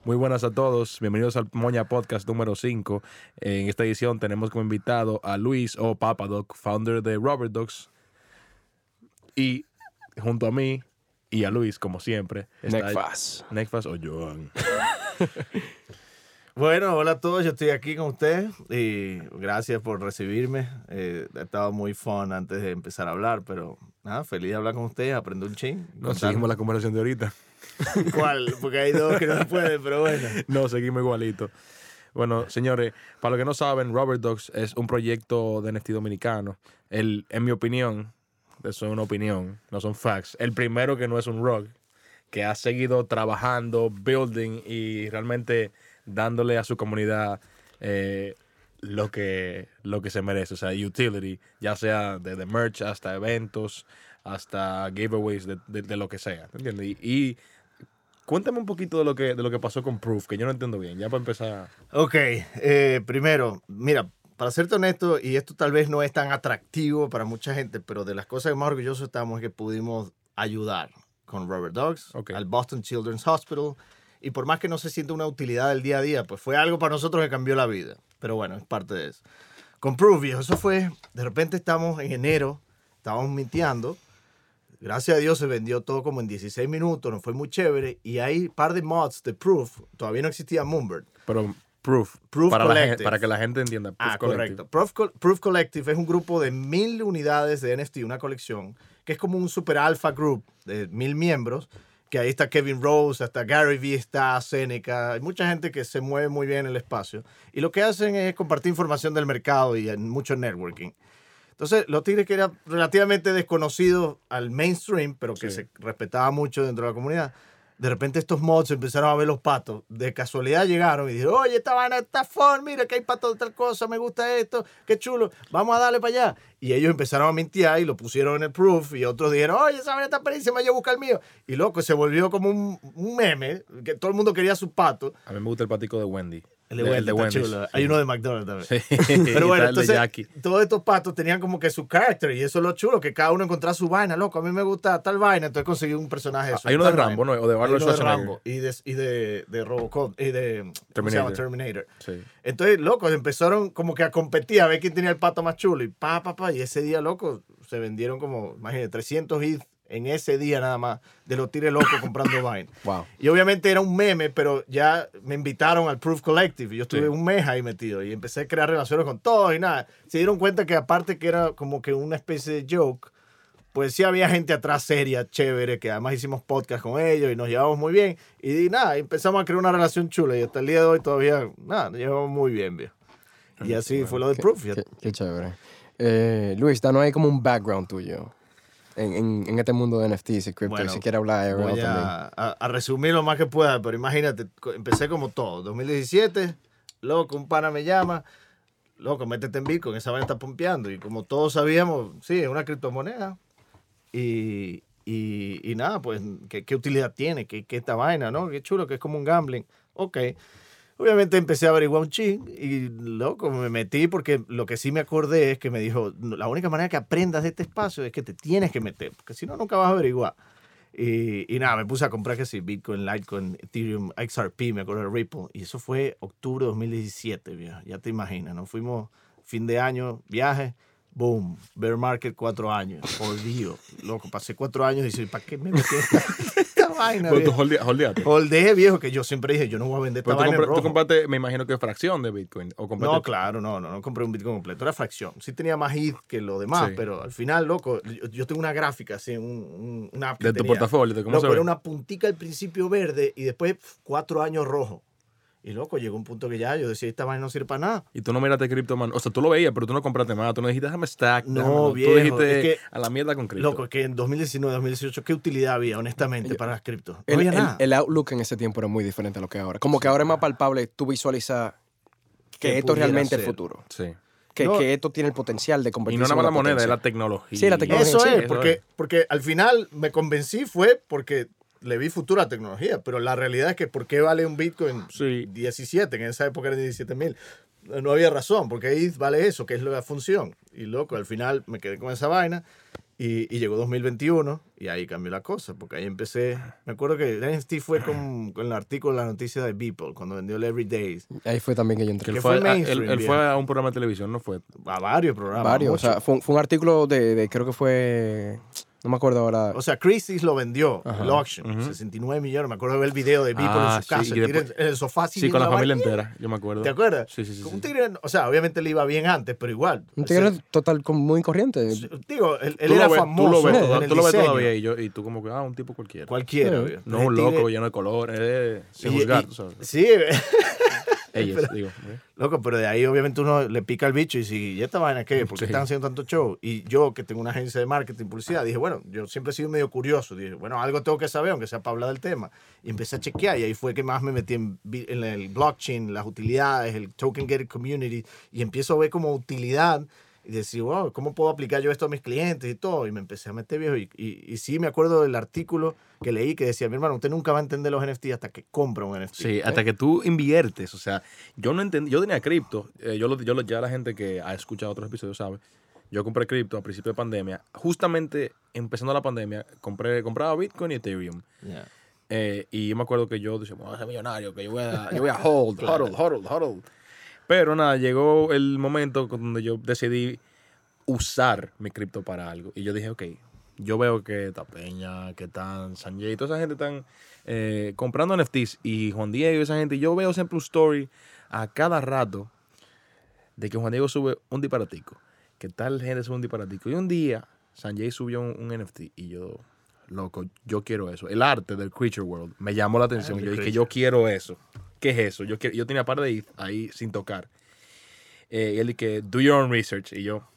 Muy buenas a todos, bienvenidos al Moña Podcast número 5. En esta edición tenemos como invitado a Luis o Papadoc, founder de Rubber Dogs. Y junto a mí y a Luis, como siempre, está Necfas o Joan. Bueno, hola a todos, yo estoy aquí con ustedes y gracias por recibirme. Ha estado muy fun antes de empezar a hablar, pero nada, feliz de hablar con ustedes, aprendo un ching. Nos seguimos la conversación de ahorita. ¿Cuál? Porque hay dos que no se pueden, pero bueno. No, seguimos igualito. Bueno, señores, para los que no saben, Rubber Dogs es un proyecto de NFT dominicano. En mi opinión, eso es una opinión, no son facts, el primero que no es un rug, que ha seguido trabajando, building y realmente dándole a su comunidad lo que se merece. O sea, utility, ya sea desde merch hasta eventos, hasta giveaways, de lo que sea. ¿Entiendes? Y cuéntame un poquito de lo que pasó con Proof, que yo no entiendo bien, ya para empezar. Ok, primero, mira, para serte honesto, y esto tal vez no es tan atractivo para mucha gente, pero de las cosas que más orgullosos estamos es que pudimos ayudar con Rubber Dogs al Boston Children's Hospital. Y por más que no se sienta una utilidad del día a día, pues fue algo para nosotros que cambió la vida. Pero bueno, es parte de eso. Con Proof, viejo, eso fue, de repente estamos en enero, estábamos minteando. Gracias a Dios se vendió todo como en 16 minutos, nos fue muy chévere. Y hay un par de mods de Proof, todavía no existía Moonbird. Pero Proof para que la gente entienda. Correcto. Proof Collective es un grupo de 1000 unidades de NFT, una colección, que es como un super alpha group de 1000 miembros, que ahí está Kevin Rose, hasta Gary Vee, está Seneca, hay mucha gente que se mueve muy bien en el espacio. Y lo que hacen es compartir información del mercado y mucho networking. Entonces, los tigres que eran relativamente desconocidos al mainstream, pero que se respetaba mucho dentro de la comunidad, de repente estos mods empezaron a ver los patos. De casualidad llegaron y dijeron, oye, esta vaina está fun, mira que hay patos de tal cosa, me gusta esto, qué chulo, vamos a darle para allá. Y ellos empezaron a mintear y lo pusieron en el Proof y otros dijeron, oye, esa vaina está perísima, yo busco el mío. Y loco, se volvió como un meme, que todo el mundo quería su pato. A mí me gusta el patico de Wendy. El de Wendy. Sí. Hay uno de McDonald's también. Sí. Pero bueno, entonces, todos estos patos tenían como que su carácter y eso es lo chulo, que cada uno encontraba su vaina. Loco, a mí me gusta tal vaina, entonces conseguí un personaje de eso. Hay uno de Rambo, ¿no? O de Arnold Schwarzenegger. Rambo y de Robocop y de Terminator. Sí. Entonces, loco, empezaron como que a competir a ver quién tenía el pato más chulo. Y y ese día, loco, se vendieron como, imagínate, 300 hits en ese día nada más, de los tires locos comprando vaina. Wow. Y obviamente era un meme, pero ya me invitaron al Proof Collective. Y yo estuve un mes ahí metido y empecé a crear relaciones con todos y nada. Se dieron cuenta que aparte que era como que una especie de joke, pues sí había gente atrás seria, chévere, que además hicimos podcast con ellos y nos llevamos muy bien. Y nada, empezamos a crear una relación chula y hasta el día de hoy todavía, nada, nos llevamos muy bien, viejo. Y así fue lo de Proof. Qué chévere. Luis, danos ahí como un background tuyo en este mundo de NFTs y crypto, bueno, si quiere hablar de voy a resumir lo más que pueda, pero imagínate, empecé como todo. 2017, loco, un pana me llama, loco, métete en Bitcoin, esa vaina está pompeando. Y como todos sabíamos, sí, es una criptomoneda. Y nada, pues, ¿qué utilidad tiene? ¿Qué esta vaina, no? Qué chulo, que es como un gambling. Ok. Obviamente empecé a averiguar un ching y, loco, me metí porque lo que sí me acordé es que me dijo, la única manera que aprendas de este espacio es que te tienes que meter, porque si no, nunca vas a averiguar. Y nada, me puse a comprar que sí, Bitcoin, Litecoin, Ethereum, XRP, me acuerdo de Ripple. Y eso fue octubre de 2017, viejo. Ya te imaginas, nos fuimos fin de año, viaje. Boom, bear market 4 años. Por Dios, loco, pasé 4 años y dije, ¿para qué me metí esta vaina? Pero tú holdeaste. Holdeé, viejo, que yo siempre dije, yo no voy a vender esta vaina en rojo. ¿Tú compraste, me imagino que fracción de Bitcoin? ¿O no, claro, no compré un Bitcoin completo, era fracción. Sí tenía más ETH que lo demás, pero al final, loco, yo tengo una gráfica así, una app que de tu portafolio, ¿de cómo loco, se ve? Era una puntica al principio verde y después 4 años rojo. Y loco, llegó un punto que ya yo decía, esta vaina no sirve para nada. Y tú no miraste cripto, man. O sea, tú lo veías, pero tú no compraste más. Tú no dijiste, déjame stack. No, viejo. Tú dijiste, es que, a la mierda con cripto. Loco, es que en 2019, 2018, ¿qué utilidad había, honestamente, para las criptos? No había nada. El outlook en ese tiempo era muy diferente a lo que es ahora. Como que ahora es más palpable tú visualizar que esto realmente es el futuro. Sí. Que esto tiene el potencial de convertirse en una mala moneda, es la tecnología. Sí, la tecnología. Eso es, porque al final me convencí fue porque le vi futuro a la tecnología, pero la realidad es que ¿por qué vale un Bitcoin 17? En esa época era 17,000. No había razón, porque ahí vale eso, que es la función. Y loco, al final me quedé con esa vaina Y llegó 2021 y ahí cambió la cosa, porque ahí empecé. Me acuerdo que el NFT fue con el artículo, la noticia de Beeple, cuando vendió el Everydays. Ahí fue también que yo entré. Él Que fue, fue mainstream, él bien. fue a un programa de televisión, ¿no fue? A varios programas. Varios. O muchos. sea, fue un artículo de creo que fue. No me acuerdo ahora. O sea, Christie's lo vendió, Ajá. el auction, 69 millones. Me acuerdo de ver el video de Beeple en su casa, sí, el y tigre después- en el sofá así. Sí, con la viendo familia vaina. entera, yo me acuerdo. ¿Te acuerdas? Sí, sí, sí. Como sí. un tigre, o sea, obviamente le iba bien antes, pero igual. Un tigre total muy corriente. Digo, él Tú era lo ves, famoso tú lo ves, en el tú lo ves diseño. todavía y tú como que, un tipo cualquiera. Cualquiera. Sí. viejo. No un El loco tigre- lleno de colores, sin y- juzgar, y- tú sabes. Sí, Ellos, digo. loco, pero de ahí obviamente uno le pica el bicho y dice, ¿y esta vaina qué? ¿Por qué Sí. están haciendo tanto show? Y yo, que tengo una agencia de marketing y publicidad, dije, bueno, yo siempre he sido medio curioso. Dije, bueno, algo tengo que saber, aunque sea para hablar del tema. Y empecé a chequear y ahí fue que más me metí en el blockchain, las utilidades, el token gated community, y empiezo a ver como utilidad y decir, wow, ¿cómo puedo aplicar yo esto a mis clientes y todo? Y me empecé a meter, viejo, y sí me acuerdo del artículo que leí que decía, mi hermano, usted nunca va a entender los NFT hasta que compra un NFT. Sí, hasta que tú inviertes. O sea, yo no entendí. Yo tenía cripto. Ya la gente que ha escuchado otros episodios sabe. Yo compré cripto a principio de pandemia. Justamente empezando la pandemia, compraba Bitcoin y Ethereum. Yeah. Y yo me acuerdo que yo decía, voy a ser millonario, que yo voy a hodl. Pero nada, llegó el momento donde yo decidí usar mi cripto para algo. Y yo dije, ok, yo veo que Tapeña, que están Sanjay, toda esa gente están comprando NFTs. Y Juan Diego y esa gente, yo veo siempre un story a cada rato de que Juan Diego sube un disparatico. Que tal gente sube un disparatico. Y un día, Sanjay subió un NFT y yo... Loco, yo quiero eso. El arte del Creature World me llamó la atención. Yo dije, yo quiero eso. ¿Qué es eso? Yo tenía par de ETH ahí sin tocar. Y él dije, do your own research. Y yo,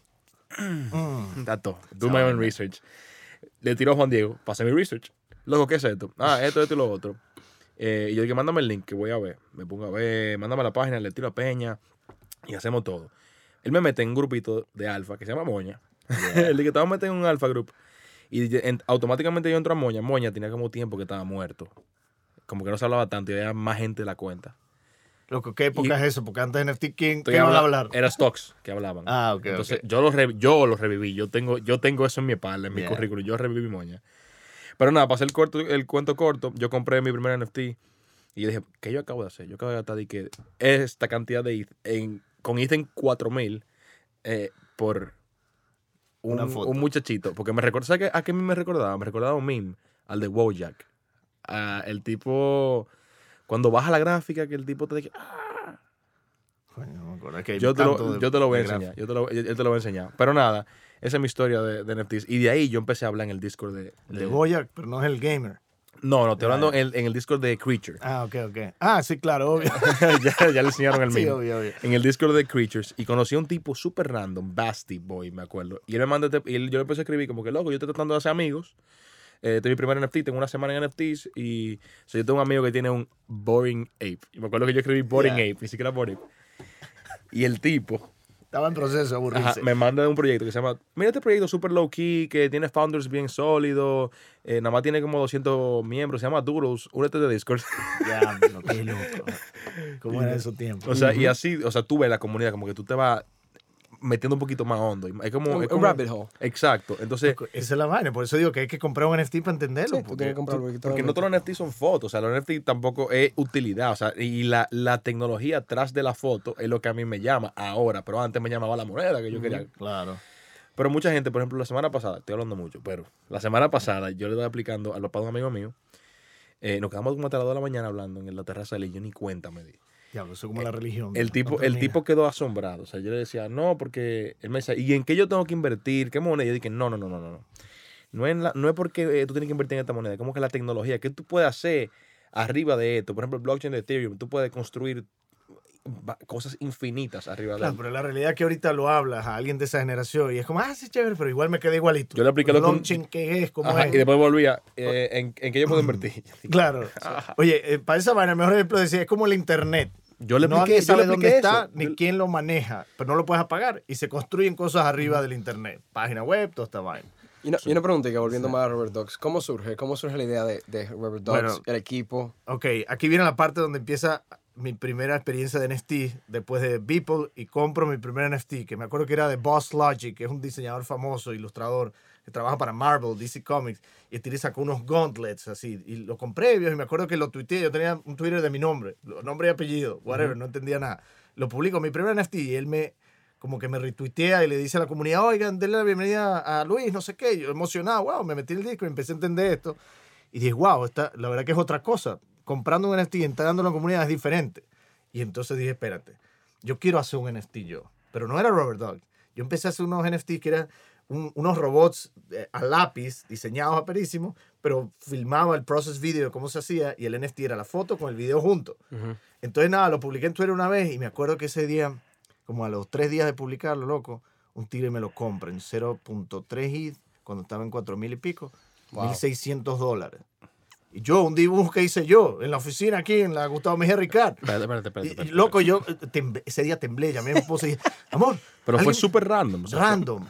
dato, do my own research. Le tiró a Juan Diego, pasé mi research. Loco, ¿qué es esto? Esto y lo otro. Y yo dije, mándame el link que voy a ver. Me pongo a ver, mándame la página, le tiro a Peña y hacemos todo. Él me mete en un grupito de alfa que se llama Moña. Él dije, te vamos a meter en un alfa group. Y automáticamente yo entro a Moña. Moña tenía como tiempo que estaba muerto. Como que no se hablaba tanto y había más gente de la cuenta. Loco, ¿qué época es eso? Porque antes de NFT, ¿qué Estoy van a hablando- hablar? Era stocks que hablaban. Ok, Entonces, ok. yo lo reviví. Yo tengo eso en mi espalda, en mi Yeah. currículum. Yo reviví Moña. Pero nada, pasé el cuento corto. Yo compré mi primer NFT y yo dije, ¿qué yo acabo de hacer? Yo acabo de gastar de que esta cantidad de ETH con ETH en 4,000 por Una foto. un muchachito. Porque me recuerda, ¿sabes a qué me recordaba? Me recordaba un meme, al de Wojak. El tipo, cuando baja la gráfica, que el tipo te dice, Coño, no me acuerdo. Es que hay yo te tanto lo voy a de enseñar. Yo te lo voy a enseñar. Pero nada, esa es mi historia de NFTs. Y de ahí yo empecé a hablar en el Discord De Goya, pero no es el gamer. No, estoy hablando en el Discord de Creature. Ok. Sí, claro, obvio. ya le enseñaron el Sí, mío. obvio. En el Discord de Creatures. Y conocí a un tipo súper random, Basti Boy, me acuerdo. Y él me mandó, yo le empecé a escribir como que, loco, yo estoy tratando de hacer amigos. Tengo mi primer NFT, tengo una semana en NFTs. Y yo tengo un amigo que tiene un Boring Ape. Y me acuerdo que yo escribí Boring Yeah. Ape, ni siquiera Boring Ape. Y el tipo... Estaba en proceso de aburrirse. me manda un proyecto que se llama, mira este proyecto super low key, que tiene founders bien sólidos, nada más tiene como 200 miembros, se llama Doodles, únete de Discord. Ya, no, qué loco. ¿Cómo era esos tiempos? O sea, y así, o sea, tú ves la comunidad como que tú te vas metiendo un poquito más hondo. Es como, Un rabbit hole. Exacto. Entonces, Esa es la vaina. Por eso digo que hay que comprar un NFT para entenderlo. Sí, tú tienes que comprarlo. porque no todos los NFT son fotos, o sea, los NFT tampoco es utilidad, o sea, y la tecnología atrás de la foto es lo que a mí me llama ahora, pero antes me llamaba la moneda que yo quería. Claro. Pero mucha gente, por ejemplo, la semana pasada, estoy hablando mucho, pero la semana pasada yo le estaba aplicando al papá de un amigo mío, nos quedamos como hasta las 2 de la mañana hablando en la terraza de él y yo ni cuenta me di. Diablo, eso es como la religión. El tipo quedó asombrado. O sea, yo le decía, no, porque él me decía, ¿y en qué yo tengo que invertir? ¿Qué moneda? Y yo dije, no. No es porque tú tienes que invertir en esta moneda, como que la tecnología, ¿qué tú puedes hacer arriba de esto? Por ejemplo, el blockchain de Ethereum, tú puedes construir cosas infinitas arriba de Claro, él. pero la realidad es que ahorita lo hablas a alguien de esa generación y es como, sí, chévere, pero igual me quedé igualito. Yo le apliqué lo que blockchain, ¿qué es? ¿Cómo Ajá, es? y después volvía, ¿en qué yo puedo invertir? Claro. Oye, para esa vaina, el mejor ejemplo decía, es como el internet. Yo le Nadie apliqué, sabe dónde está eso. ni quién lo maneja, pero no lo puedes apagar y se construyen cosas arriba del internet. Página web, toda esta vaina. Y una pregunta, que volviendo más a Robert Dogs, ¿cómo surge la idea de Robert Dogs, Bueno, el equipo? Ok, aquí viene la parte donde empieza mi primera experiencia de NFT después de Beeple y compro mi primer NFT, que me acuerdo que era de Boss Logic, que es un diseñador famoso, ilustrador, que trabaja para Marvel, DC Comics, y el tigre sacó unos gauntlets así, y lo compré, viejo, y me acuerdo que lo tuiteé, yo tenía un Twitter de mi nombre y apellido, whatever, no entendía nada. Lo publico, mi primer NFT, y él como que me retuitea y le dice a la comunidad, oigan, denle la bienvenida a Luis, no sé qué, yo emocionado, wow, me metí en el disco y empecé a entender esto, y dije, wow, la verdad que es otra cosa, comprando un NFT y entrando en la comunidad es diferente. Y entonces dije, espérate, yo quiero hacer un NFT yo, pero no era Rubber Dog. Yo empecé a hacer unos NFT que eran unos robots a lápiz, diseñados aperísimos, pero filmaba el process video de cómo se hacía y el NFT era la foto con el video junto. Entonces nada, lo publiqué en Twitter una vez y me acuerdo que ese día, como a los 3 días de publicarlo, loco, un tigre me lo compra en 0.3 ETH, cuando estaba en 4,000 y pico, $1,600. Y yo, un dibujo que hice yo en la oficina aquí en la Gustavo Mejía Ricard. Espérate. Y, loco, yo ese día temblé, llamé a mi esposa y dije, amor. Pero fue súper random. O sea, random.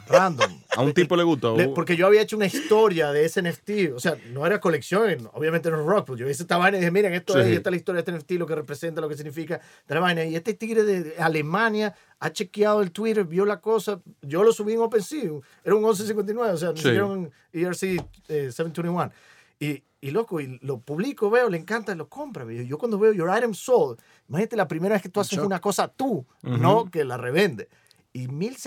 A un tipo le gustó. Porque yo había hecho una historia de ese NFT. O sea, no era colección, obviamente no es rock. Pues yo hice esta vaina y dije, miren, esto es, y esta es la historia de este NFT, lo que representa, lo que significa de la vaina. Y este tigre de Alemania ha chequeado el Twitter, vio la cosa. Yo lo subí en OpenSea. Era un 1159, o sea, ni siquiera un ERC 721. Y loco, y lo publico, veo, le encanta, lo compra. Yo cuando veo Your Item Sold, imagínate la primera vez que tú haces una cosa tú, no que la revende. Y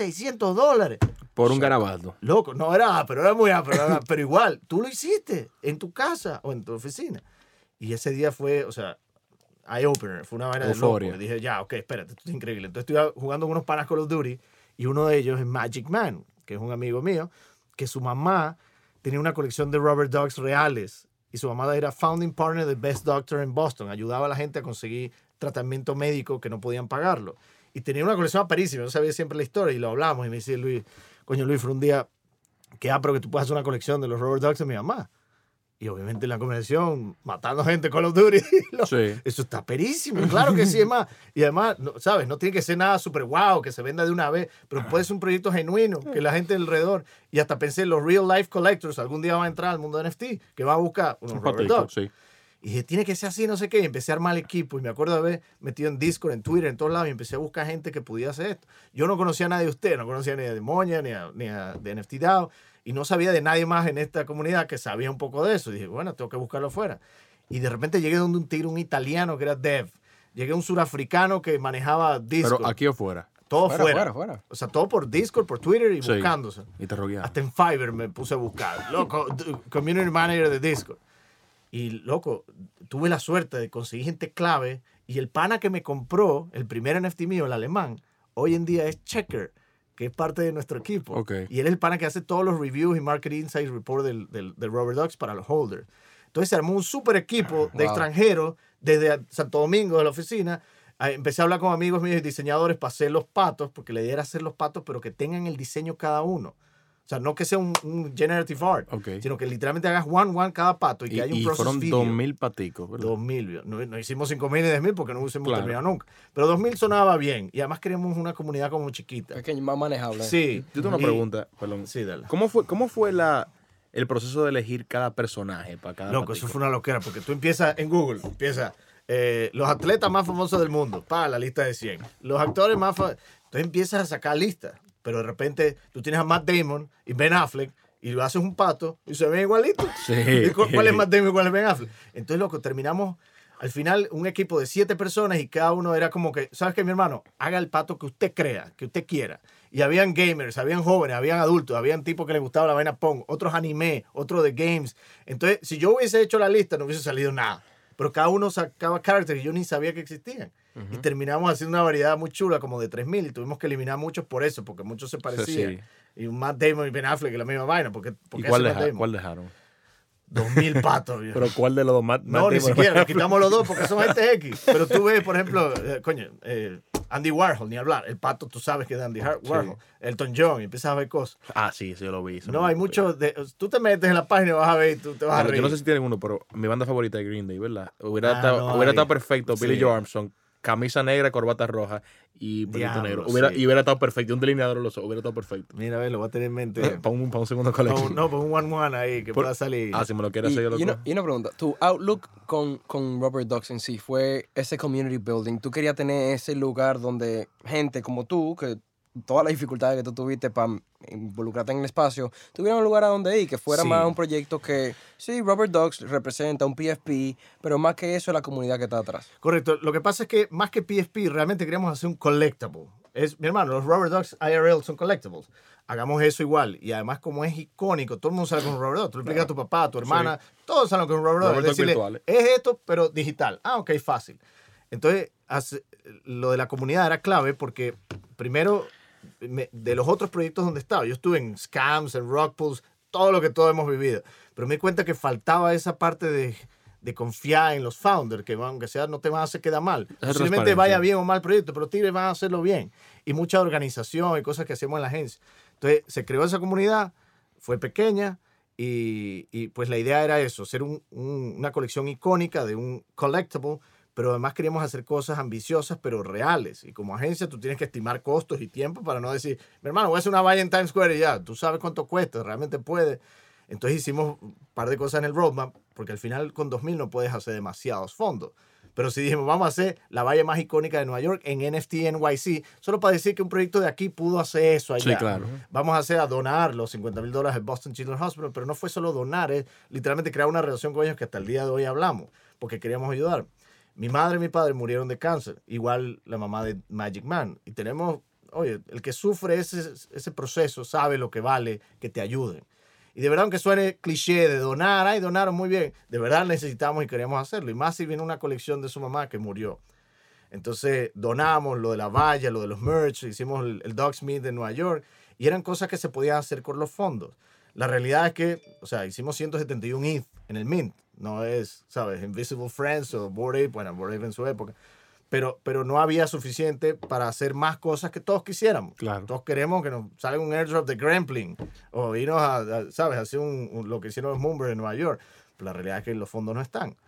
$1,600. Por un garabato. Loco, no era pero era muy pero igual, tú lo hiciste en tu casa o en tu oficina. Y ese día fue, o sea, eye-opener, fue una vaina de loco. Y dije, ya, ok, espérate, esto es increíble. Entonces estoy jugando con unos panas Call of Duty y uno de ellos es Magic Man, que es un amigo mío, que su mamá tenía una colección de rubber dogs reales. Y su mamá era founding partner del Best Doctor en Boston. Ayudaba a la gente a conseguir tratamiento médico que no podían pagarlo. Y tenía una colección aparísima. Yo sabía siempre la historia y lo hablamos. Y me decía Luis, coño Luis, fue un día que pero que tú puedas hacer una colección de los rubber dogs de mi mamá. Y obviamente en la conversación, matando gente con los Duty. Sí. Eso está perísimo. Claro que sí, es más. Y además, ¿sabes? No tiene que ser nada súper guau, que se venda de una vez, pero puede ser un proyecto genuino, que la gente alrededor, y hasta pensé, los real life collectors algún día van a entrar al mundo de NFT, que va a buscar unos rubber dogs. Sí. Y dije, tiene que ser así, no sé qué. Y empecé a armar el equipo. Y me acuerdo de haber metido en Discord, en Twitter, en todos lados. Y empecé a buscar gente que pudiera hacer esto. Yo no conocía a nadie de ustedes. No conocía ni a Demonia, ni a de NFT DAO. Y no sabía de nadie más en esta comunidad que sabía un poco de eso. Y dije, bueno, tengo que buscarlo afuera. Y de repente llegué donde un tigre, un italiano que era Dev. Llegué a un surafricano que manejaba Discord. ¿Pero aquí o fuera? Todo fuera. O sea, todo por Discord, por Twitter y buscándose. Y te rogueaba. Hasta en Fiverr me puse a buscar. Loco, community manager de Discord. Y, loco, tuve la suerte de conseguir gente clave. Y el pana que me compró, el primer NFT mío, el alemán, hoy en día es Checker, que es parte de nuestro equipo. Okay. Y él es el pana que hace todos los reviews y Market Insights Report del Rubber Dogs para los holders. Entonces se armó un super equipo de extranjeros desde Santo Domingo, de la oficina. Empecé a hablar con amigos míos diseñadores para hacer los patos, porque la idea era hacer los patos, pero que tengan el diseño cada uno. O sea, no que sea un generative art, sino que literalmente hagas one cada pato y que haya un process fueron video. 2,000 paticos, ¿verdad? 2,000. No hicimos 5,000 ni 10,000 porque no hubiésemos terminado nunca. Pero 2,000 sonaba bien. Y además queremos una comunidad como chiquita. Pequeña, más manejable. Sí. Yo tengo una pregunta, perdón. Sí, dale. ¿Cómo fue el proceso de elegir cada personaje para cada Loco, eso fue una loquera porque tú empiezas en Google, los atletas más famosos del mundo, la lista de 100. Los actores más famosos. Entonces empiezas a sacar listas. Pero de repente tú tienes a Matt Damon y Ben Affleck y lo haces un pato y se ven igualitos. Sí. ¿Cuál es Matt Damon y cuál es Ben Affleck? Entonces, loco, terminamos al final un equipo de 7 personas y cada uno era como que, ¿sabes qué, mi hermano? Haga el pato que usted crea, que usted quiera. Y habían gamers, habían jóvenes, habían adultos, habían tipos que les gustaba la vaina Pong, otros anime, otros de games. Entonces, si yo hubiese hecho la lista, no hubiese salido nada. Pero cada uno sacaba characters y yo ni sabía que existían. Y terminamos haciendo una variedad muy chula, como de 3,000, y tuvimos que eliminar muchos por eso, porque muchos se parecían. Sí. Y Matt Damon y Ben Affleck es la misma vaina. ¿Y cuál dejaron? 2,000 patos. Viejo. ¿Pero cuál de los dos? Matt no, Damon, ni siquiera. Le quitamos los dos porque son gente X. Pero tú ves, por ejemplo, Andy Warhol, ni hablar. El pato, tú sabes que es de Andy Warhol. Sí. Elton John, y empiezas a ver cosas. Sí, yo lo vi. No, hay muchos. Tú te metes en la página y vas a ver y tú te vas a reír. Yo no sé si tienen uno, pero mi banda favorita es Green Day, ¿verdad? Hubiera estado perfecto Billy Joe Armstrong, camisa negra, corbata roja y pelito negro. Hubiera estado perfecto. Un delineador los ojos, hubiera estado perfecto. Mira, a ver, lo voy a tener en mente. Para un segundo colección. No, para un 1-1 ahí que pueda salir. Si me lo quieres hacer yo lo y una pregunta. Tu outlook con Rubber Dogs en sí fue ese community building. Tú querías tener ese lugar donde gente como tú, que todas las dificultades que tú tuviste para involucrarte en el espacio, tuviera un lugar a donde ir, que fuera Sí. más un proyecto que, sí, Rubber Ducks representa un PFP, pero más que eso es la comunidad que está atrás. Correcto. Lo que pasa es que más que PFP, realmente queríamos hacer un collectible. Mi hermano, los Rubber Ducks IRL son collectibles. Hagamos eso igual. Y además, como es icónico, todo el mundo sale con un Rubber Duck. Tú le explicas a tu papá, a tu hermana, todos salen con un Rubber Duck. Rubber Duck Decirle, virtuales. es esto, pero digital. Ah, ok, fácil. Entonces, lo de la comunidad era clave porque, primero, de los otros proyectos donde estaba, yo estuve en Scams, en Rockpools, todo lo que todos hemos vivido. Pero me di cuenta que faltaba esa parte de confiar en los founders, que aunque sea no te van a hacer quedar mal. Posiblemente vaya bien o mal el proyecto, pero tigres van a hacerlo bien. Y mucha organización y cosas que hacemos en la agencia. Entonces se creó esa comunidad, fue pequeña y pues la idea era eso, ser una colección icónica de un collectible, pero además queríamos hacer cosas ambiciosas pero reales. Y como agencia tú tienes que estimar costos y tiempo para no decir, mi hermano, voy a hacer una valla en Times Square y ya, tú sabes cuánto cuesta, realmente puede. Entonces hicimos un par de cosas en el roadmap, porque al final con 2000 no puedes hacer demasiados fondos. Pero si dijimos, vamos a hacer la valla más icónica de Nueva York en NFT NYC, solo para decir que un proyecto de aquí pudo hacer eso allá. Sí, claro. Vamos a donar los $50,000 al Boston Children's Hospital, pero no fue solo donar, es literalmente crear una relación con ellos que hasta el día de hoy hablamos, porque queríamos ayudar. Mi madre y mi padre murieron de cáncer, igual la mamá de Magic Man. Y tenemos, oye, el que sufre ese proceso sabe lo que vale que te ayuden. Y de verdad, aunque suene cliché de donar, ay, donaron muy bien, de verdad necesitamos y queríamos hacerlo. Y más si viene una colección de su mamá que murió. Entonces donamos lo de la valla, lo de los merch, hicimos el Dogsmith de Nueva York y eran cosas que se podían hacer con los fondos. La realidad es que, o sea, hicimos 171 ETH en el Mint. No es, ¿sabes? Invisible Friends o Bored Ape, bueno, Bored Ape en su época. Pero no había suficiente para hacer más cosas que todos quisiéramos. Claro. Todos queremos que nos salga un airdrop de Gremlin o irnos ¿sabes? Hacer lo que hicieron los Moonbird en Nueva York. Pero la realidad es que los fondos no están.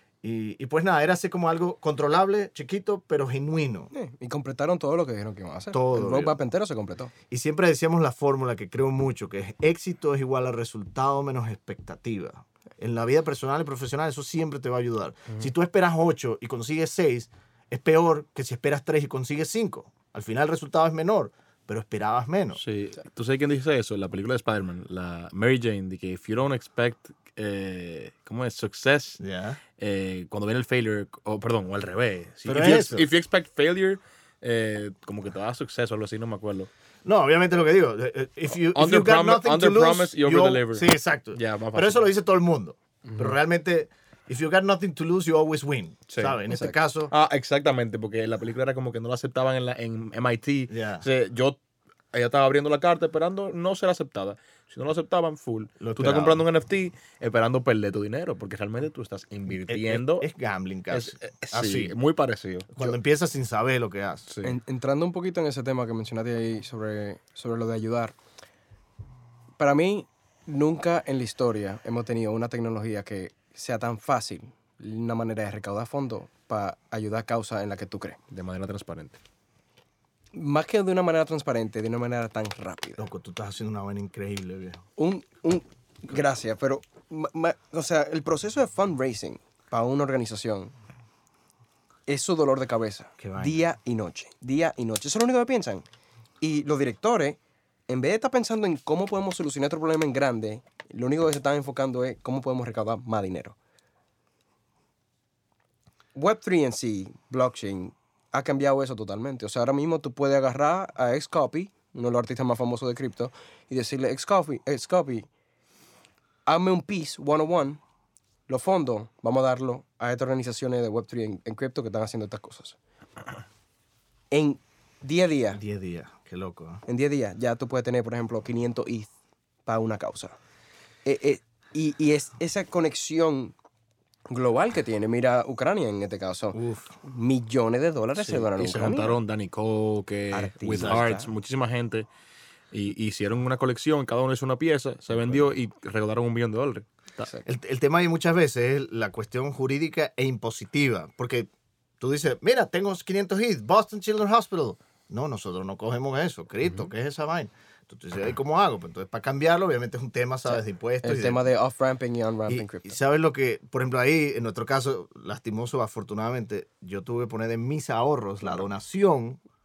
Y pues nada, era así como algo controlable, chiquito, pero genuino. Y completaron todo lo que dijeron que iban a hacer. Todo, el roadmap entero se completó. Y siempre decíamos la fórmula que creo mucho, que es éxito es igual a resultado menos expectativa. En la vida personal y profesional eso siempre te va a ayudar. Si tú esperas 8 y consigues 6, es peor que si esperas 3 y consigues 5. Al final el resultado es menor, pero esperabas menos. Sí. ¿Tú sabes quién dice eso? En la película de Spider-Man, la Mary Jane, de que if you don't expect, ¿cómo es? Success, cuando viene el failure, o al revés. Pero If you expect failure, como que te da suceso o algo así, no me acuerdo. No, obviamente lo que digo. If you got nothing to lose, promise y over deliver. Sí, exacto. Yeah, pero eso lo dice todo el mundo. Pero realmente, if you got nothing to lose, you always win. Sí, ¿sabes? En exacto. este caso... Exactamente, porque la película era como que no la aceptaban en MIT. Yeah. O sea, ella estaba abriendo la carta esperando no ser aceptada. Si no lo aceptaban, full. Tú estás comprando un NFT esperando perder tu dinero, porque realmente tú estás invirtiendo. Es gambling casi. Sí, muy parecido. Cuando empiezas sin saber lo que haces. Sí. Entrando un poquito en ese tema que mencionaste ahí sobre lo de ayudar. Para mí, nunca en la historia hemos tenido una tecnología que sea tan fácil, una manera de recaudar fondos para ayudar a causas en la que tú crees. De manera transparente. Más que de una manera transparente, de una manera tan rápida. Loco, tú estás haciendo una vaina increíble, viejo. Gracias, pero, o sea, el proceso de fundraising para una organización es su dolor de cabeza. Qué vaina. Día y noche. Eso es lo único que piensan. Y los directores, en vez de estar pensando en cómo podemos solucionar otro problema en grande, lo único que se están enfocando es cómo podemos recaudar más dinero. Web3 en sí, blockchain, ha cambiado eso totalmente. O sea, ahora mismo tú puedes agarrar a Xcopy, uno de los artistas más famosos de cripto, y decirle, Xcopy, hazme un piece, 101, los fondos, vamos a darlo a estas organizaciones de Web3 en cripto que están haciendo estas cosas. En 10 días. 10 días, qué loco. En 10 días ya tú puedes tener, por ejemplo, 500 ETH para una causa. Y es esa conexión global que tiene. Mira, Ucrania en este caso. Millones de dólares se donan a Y se Ucrania. juntaron Danny Coke, With Hearts, muchísima gente. Y hicieron una colección, cada uno hizo una pieza, se vendió y recaudaron $1 millón. El tema ahí muchas veces es la cuestión jurídica e impositiva. Porque tú dices, mira, tengo 500 hits, Boston Children's Hospital. No, nosotros no cogemos eso. Cristo, ¿qué es esa vaina? Entonces, ¿y cómo hago? Pues entonces, para cambiarlo, obviamente es un tema, ¿sabes? De impuestos. El tema de off-ramping y on-ramping y crypto. ¿sabes lo que? Por ejemplo, ahí, en nuestro caso, lastimoso, afortunadamente, yo tuve que poner en mis ahorros la donación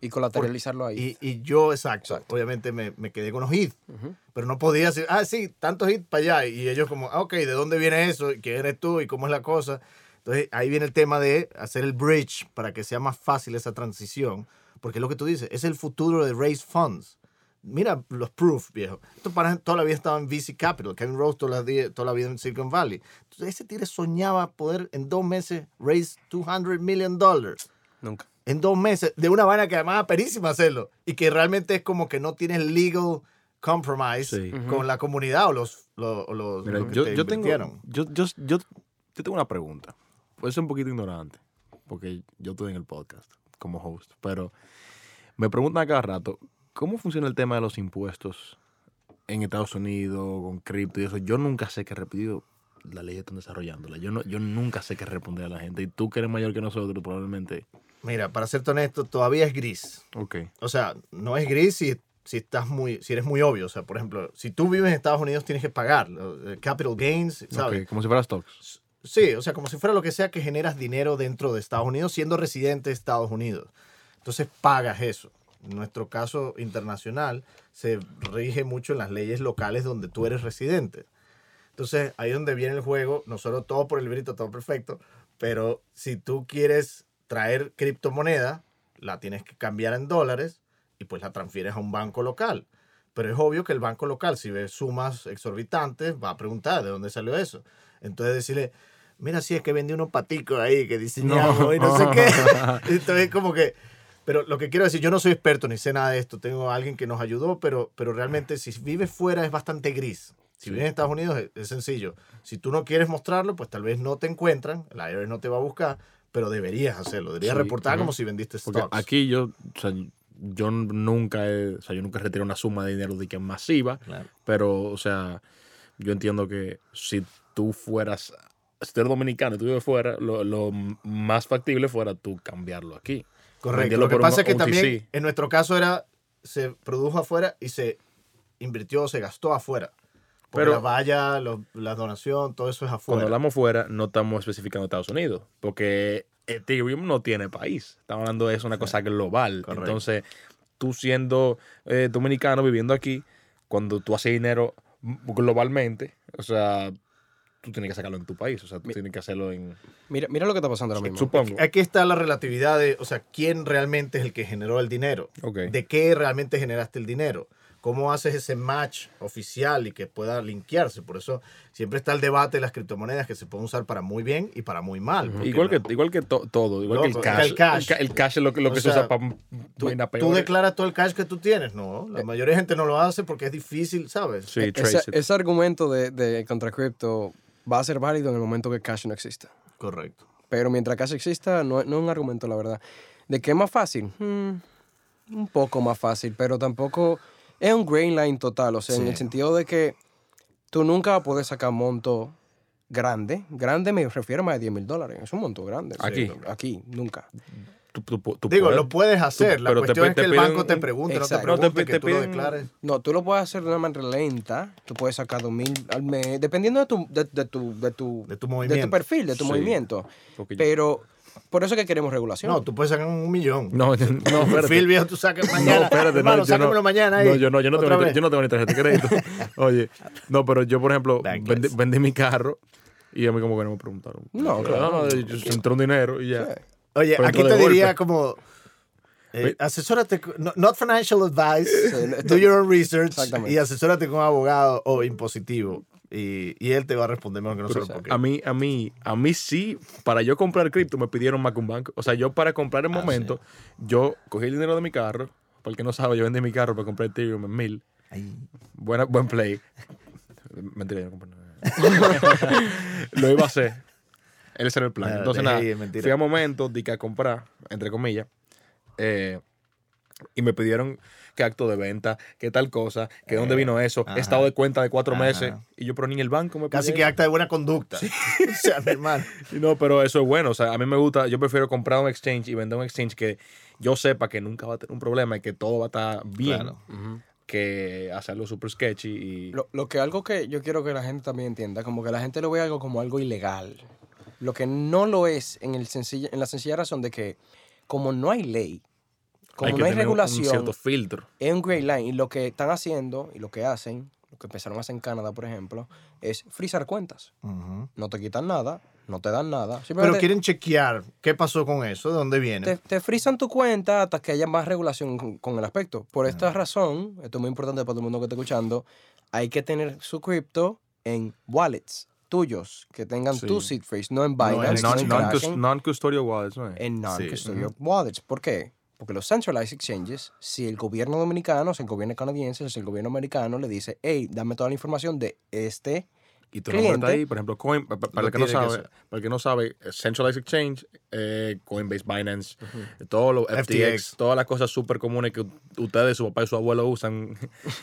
Y colateralizarlo ahí. Y yo, exacto. Obviamente me quedé con los hits. Pero no podía decir, sí, tantos hits para allá. Y ellos como, ok, ¿de dónde viene eso? ¿Y quién eres tú? ¿Y cómo es la cosa? Entonces ahí viene el tema de hacer el bridge para que sea más fácil esa transición. Porque es lo que tú dices, es el futuro de raise funds. Mira los Proof, viejo. Esto para toda la vida estaba en VC Capital. Kevin Rose toda la vida en Silicon Valley. Entonces ese tigre soñaba poder en 2 meses raise $200 million. Nunca. En 2 meses, de una vaina que además es perísima hacerlo. Y que realmente es como que no tienes legal compromise con la comunidad o los Mira, que te yo tengo invirtieron. yo tengo una pregunta. Puede ser un poquito ignorante, porque yo estoy en el podcast como host, pero me preguntan a cada rato, ¿cómo funciona el tema de los impuestos en Estados Unidos, con cripto y eso? Yo nunca sé qué repetido las leyes están desarrollándola. Yo nunca sé qué responder a la gente. Y tú que eres mayor que nosotros, probablemente... Mira, para serte honesto, todavía es gris. Ok. O sea, no es gris si eres muy obvio. O sea, por ejemplo, si tú vives en Estados Unidos tienes que pagar capital gains, ¿sabes? Okay. Como si fuera stocks. Sí, o sea, como si fuera lo que sea que generas dinero dentro de Estados Unidos siendo residente de Estados Unidos. Entonces pagas eso. En nuestro caso internacional se rige mucho en las leyes locales donde tú eres residente. Entonces ahí es donde viene el juego, no solo todo por el librito, todo perfecto, pero si tú quieres traer criptomoneda, la tienes que cambiar en dólares y pues la transfieres a un banco local. Pero es obvio que el banco local, si ve sumas exorbitantes, va a preguntar de dónde salió eso. Entonces decirle, mira, sí, es que vendí unos paticos ahí que diseñamos y no sé qué. Entonces como que... Pero lo que quiero decir, yo no soy experto ni sé nada de esto. Tengo a alguien que nos ayudó, pero realmente si vives fuera es bastante gris. Si vives en Estados Unidos es sencillo. Si tú no quieres mostrarlo, pues tal vez no te encuentran, el IRS no te va a buscar, pero deberías hacerlo. Deberías reportar como si vendiste Porque stocks. aquí yo nunca retiré una suma de dinero de que masiva, Claro. pero, o sea, yo entiendo que si tú eres dominicano y tú vives fuera, lo más factible fuera tú cambiarlo aquí. Correcto. Venderlo Lo que por pasa un es que OTC. también en nuestro caso se produjo afuera y se invirtió, se gastó afuera. Porque Pero- la valla, la donación, todo eso es Cuando afuera. hablamos fuera, no estamos especificando Estados Unidos, porque Ethereum no tiene país. Estamos hablando de una cosa global. Correcto. Entonces, tú siendo dominicano viviendo aquí, cuando tú haces dinero globalmente, o sea, tú tienes que sacarlo en tu país. O sea, tú tienes que hacerlo en... Mira lo que está pasando ahora mismo. Supongo. Aquí está la relatividad de, o sea, quién realmente es el que generó el dinero. Ok. ¿De qué realmente generaste el dinero? ¿Cómo haces ese match oficial y que pueda linkearse? Por eso siempre está el debate de las criptomonedas que se pueden usar para muy bien y para muy mal. porque Igual que todo, igual Loco, que el cash. el cash. El cash es lo que O se sea, usa para Tú peor. declaras todo el cash que tú tienes, ¿no? La mayoría de gente no lo hace porque es difícil, ¿sabes? Sí, trace it. Ese argumento de contra cripto va a ser válido en el momento que cash no exista. Correcto. Pero mientras cash exista, no es un argumento, la verdad. ¿De qué es más fácil? Un poco más fácil, pero tampoco es un grain line total. O sea, en el sentido de que tú nunca vas a poder sacar monto grande. Grande me refiero a más de $10,000. Es un monto grande. Aquí. Sí, aquí, nunca. Tú Digo, puedes. lo puedes hacer. La pero te cuestión pi- es te que el piden banco te un- pregunte, no te Exacto. pregunte, No, que tú lo piden- declares. No, tú lo puedes hacer de una manera lenta. Tú puedes sacar 2,000 al mes, dependiendo de tu De tu movimiento. de tu perfil, de tu Sí. movimiento. Porque yo- Pero por eso es que queremos regulación. No, tú puedes sacar 1,000,000. No, espérate. Phil, viejo, tú sacas mañana. No, espérate, Hermano, yo sácamelo mañana ahí. No, yo no tengo Otra vez. yo no tengo ni tarjeta de crédito. Oye, no, pero yo, por ejemplo, Bankless. vendí mi carro y a mí como que no me preguntaron. No, claro. Yo entró un dinero y ya. Sí. Oye, Pero aquí entró te de diría golpe. como... asesórate, not financial advice, Sí, do your own research Exactamente. y asesórate con un abogado o impositivo y él te va a responder mejor que nosotros. porque- A mí sí, para yo comprar cripto me pidieron más que un banco. O sea, yo para comprar el momento, yo cogí el dinero de mi carro. Para el que no sabe, yo vendí mi carro para comprar Ethereum en 1,000. Buen play. Mentira, yo no compré nada. Lo iba a hacer. Ese era el plan. Nada, Entonces, dejé nada, ir, mentira. fui a momento de que a comprar, entre comillas, y me pidieron que acto de venta, que tal cosa, que dónde vino eso, ajá. estado de cuenta de 4 Ajá. meses. Y yo, pero ni el banco me Casi pide que eso. acta de buena conducta. O sea, mi hermano. Y no, pero eso es bueno. O sea, a mí me gusta, yo prefiero comprar un exchange y vender un exchange que yo sepa que nunca va a tener un problema y que todo va a estar bien, Claro. que hacerlo super sketchy y... Lo que algo que yo quiero que la gente también entienda, como que la gente lo vea algo como algo ilegal. Lo que no lo es en la sencilla razón de que como no hay ley, como que no hay tener regulación, un cierto filtro. es un gray line. Y lo que están haciendo y lo que hacen, lo que empezaron a hacer en Canadá, por ejemplo, es frizar cuentas. Ujú. No te quitan nada, no te dan nada. Pero Simplemente quieren chequear qué pasó con eso, de dónde viene. te frizan tu cuenta hasta que haya más regulación con el aspecto. Por esta razón, esto es muy importante para todo el mundo que está escuchando, hay que tener su cripto en wallets tuyos, que tengan Sí. tu seed phrase, no en en Binance, no en Kraken, Non-custodial wallets, ¿no? en non-custodial wallets. ¿Por qué? Porque los centralized exchanges, si el gobierno dominicano, si el gobierno canadiense, si el gobierno americano le dice, hey, dame toda la información de este Y tu nombre está cliente, ahí, por ejemplo, para Lo el que no tiene que sabe, hacer. para el que no sabe, Centralized Exchange, Coinbase, Binance, todos los FTX, todas las cosas súper comunes que ustedes, su papá y su abuelo usan,